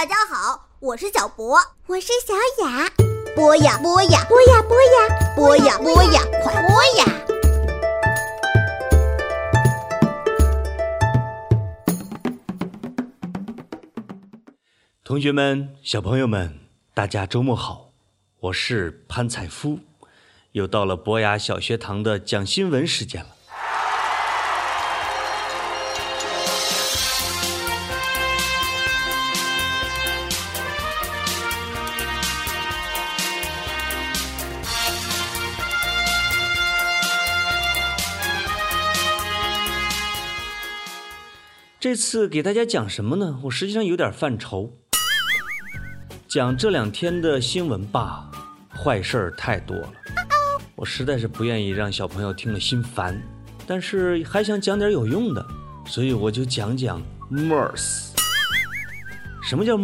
大家好，我是小博， 我是小雅。 播呀播呀， 播呀播呀， 播呀播呀，快播呀！ 同学们、小朋友们，大家周末好！我是潘采夫，又到了博雅小学堂的讲新闻时间了。这次给大家讲什么呢？我实际上有点犯愁。讲这2天的新闻吧，坏事儿太多了，我实在是不愿意让小朋友听了心烦，但是还想讲点有用的，所以我就讲讲 MERS。 什么叫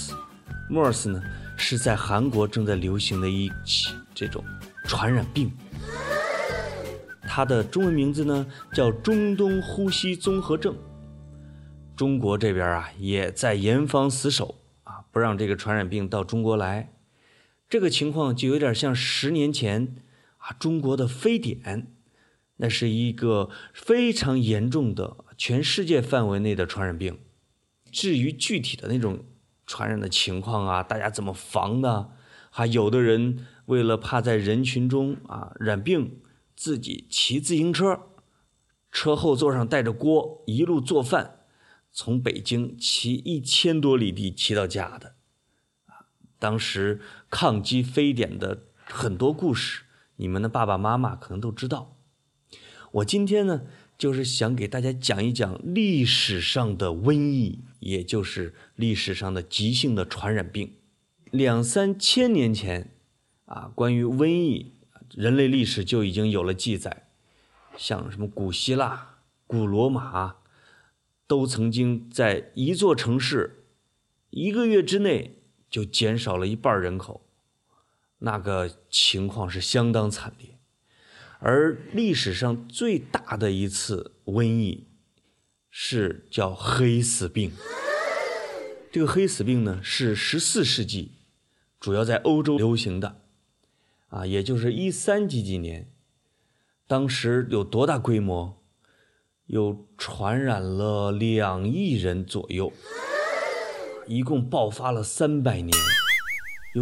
MERS？ 呢，是在韩国正在流行的一起这种传染病，它的中文名字呢叫中东呼吸综合症。中国这边啊也在严防死守啊，不让这个传染病到中国来。这个情况就有点像10年前啊中国的非典，那是一个非常严重的全世界范围内的传染病。至于具体的那种传染的情况啊，大家怎么防的，还有的人为了怕在人群中啊染病，自己骑自行车，车后座上带着锅，一路做饭，从北京骑1000多里地骑到家的。当时抗击非典的很多故事，你们的爸爸妈妈可能都知道。我今天呢，就是想给大家讲一讲历史上的瘟疫，也就是历史上的急性的传染病。2-3千年前啊，关于瘟疫，人类历史就已经有了记载，像什么古希腊、古罗马都曾经在一座城市1个月之内就减少了1半人口，那个情况是相当惨烈。而历史上最大的一次瘟疫是叫黑死病。这个黑死病呢是14世纪主要在欧洲流行的啊，也就是13几年。当时有多大规模？有传染了2亿人左右，一共爆发了300年，有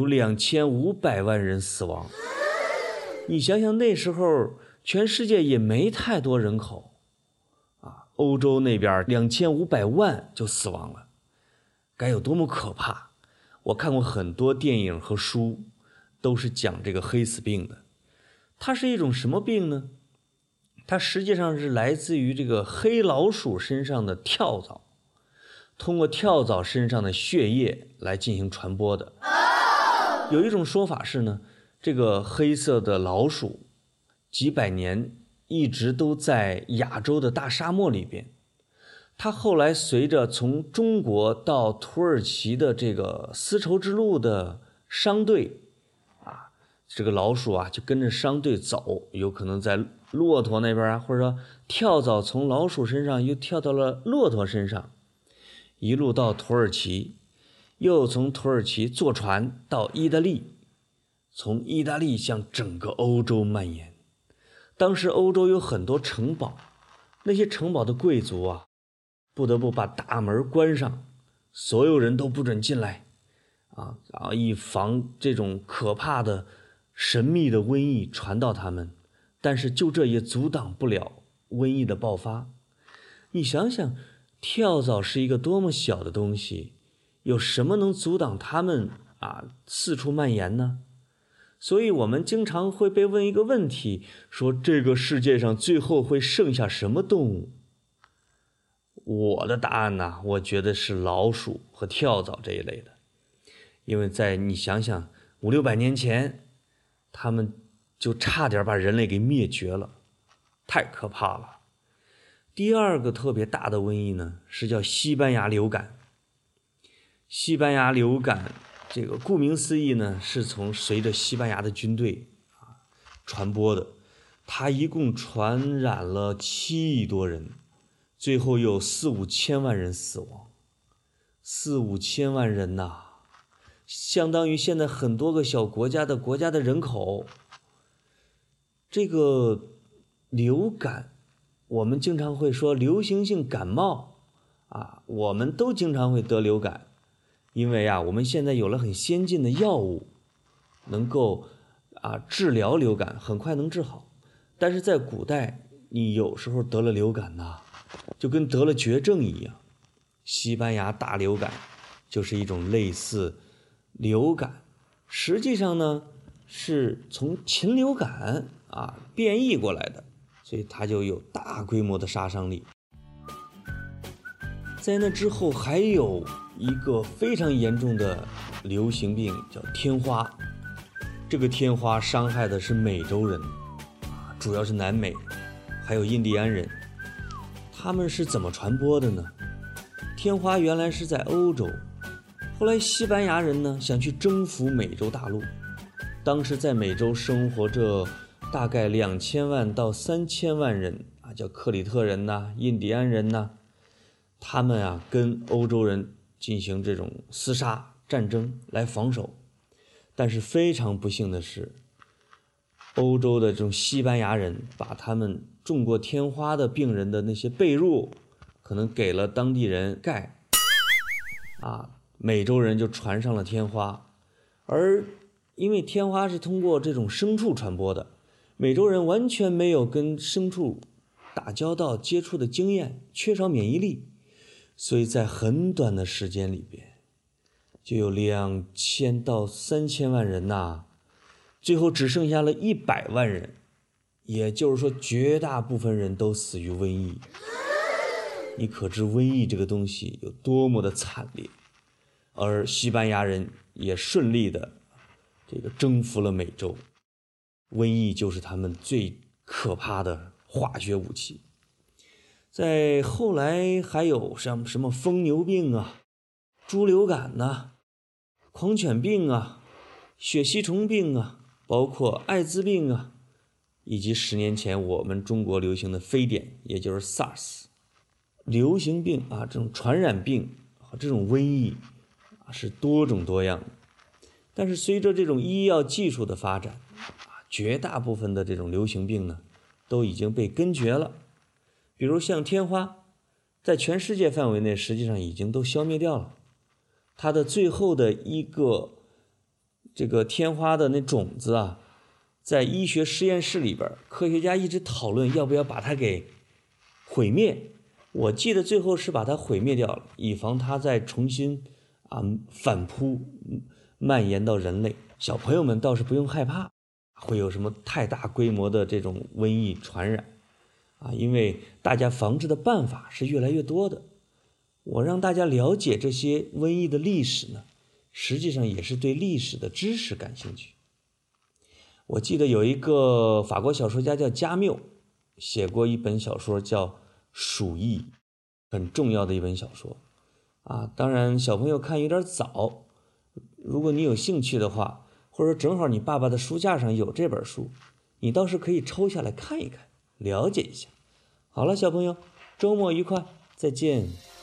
2500万人死亡。你想想那时候全世界也没太多人口啊，欧洲那边2500万就死亡了，该有多么可怕。我看过很多电影和书，都是讲这个黑死病的。它是一种什么病呢？它实际上是来自于这个黑老鼠身上的跳蚤，通过跳蚤身上的血液来进行传播的。有一种说法是呢，这个黑色的老鼠几百年一直都在亚洲的大沙漠里边，它后来随着从中国到土耳其的这个丝绸之路的商队啊，这个老鼠啊就跟着商队走，有可能在骆驼那边啊，或者说跳蚤从老鼠身上又跳到了骆驼身上，一路到土耳其，又从土耳其坐船到意大利，从意大利向整个欧洲蔓延。当时欧洲有很多城堡，那些城堡的贵族啊，不得不把大门关上，所有人都不准进来啊，以防这种可怕的神秘的瘟疫传到他们。但是就这也阻挡不了瘟疫的爆发。你想想，跳蚤是一个多么小的东西，有什么能阻挡它们四处蔓延呢？所以我们经常会被问一个问题，说这个世界上最后会剩下什么动物？我的答案呢，我觉得是老鼠和跳蚤这一类的。因为在你想想500-600年前，他们就差点把人类给灭绝了，太可怕了。第二个特别大的瘟疫呢，是叫西班牙流感。西班牙流感这个顾名思义呢，是从随着西班牙的军队传播的，它一共传染了7亿多人，最后有4-5千万人死亡。 4、5千万人呐，相当于现在很多个小国家的人口。这个流感，我们经常会说流行性感冒啊，我们都经常会得流感，因为我们现在有了很先进的药物，能够治疗流感，很快能治好。但是在古代，你有时候得了流感呐，就跟得了绝症一样。西班牙大流感就是一种类似流感，实际上呢是从禽流感变异过来的，所以它就有大规模的杀伤力。在那之后还有一个非常严重的流行病叫天花，这个天花伤害的是美洲人，主要是南美，还有印第安人。他们是怎么传播的呢？天花原来是在欧洲，后来西班牙人呢想去征服美洲大陆，当时在美洲生活着大概2000万到3000万人叫克里特人呐、印第安人呐，他们跟欧洲人进行这种厮杀战争来防守。但是非常不幸的是，欧洲的这种西班牙人把他们中过天花的病人的那些被褥可能给了当地人盖，美洲人就传上了天花。而因为天花是通过这种牲畜传播的，美洲人完全没有跟牲畜打交道接触的经验，缺少免疫力，所以在很短的时间里边就有2000到3000万人最后只剩下了100万人，也就是说绝大部分人都死于瘟疫。你可知瘟疫这个东西有多么的惨烈。而西班牙人也顺利的征服了美洲，瘟疫就是他们最可怕的化学武器。在后来还有像什么疯牛病猪流感狂犬病血吸虫病包括艾滋病以及10年前我们中国流行的非典，也就是 SARS。 流行病这种传染病和这种瘟疫是多种多样的。但是随着这种医药技术的发展，绝大部分的这种流行病呢都已经被根绝了。比如像天花，在全世界范围内实际上已经都消灭掉了。它的最后的一个这个天花的那种子在医学实验室里边，科学家一直讨论要不要把它给毁灭。我记得最后是把它毁灭掉了，以防它再重新反扑蔓延到人类。小朋友们倒是不用害怕会有什么太大规模的这种瘟疫传染因为大家防治的办法是越来越多的。我让大家了解这些瘟疫的历史呢，实际上也是对历史的知识感兴趣。我记得有一个法国小说家叫加缪，写过一本小说叫《鼠疫》，很重要的一本小说当然小朋友看有点早，如果你有兴趣的话，或者正好你爸爸的书架上有这本书，你倒是可以抽下来看一看，了解一下。好了，小朋友，周末愉快，再见。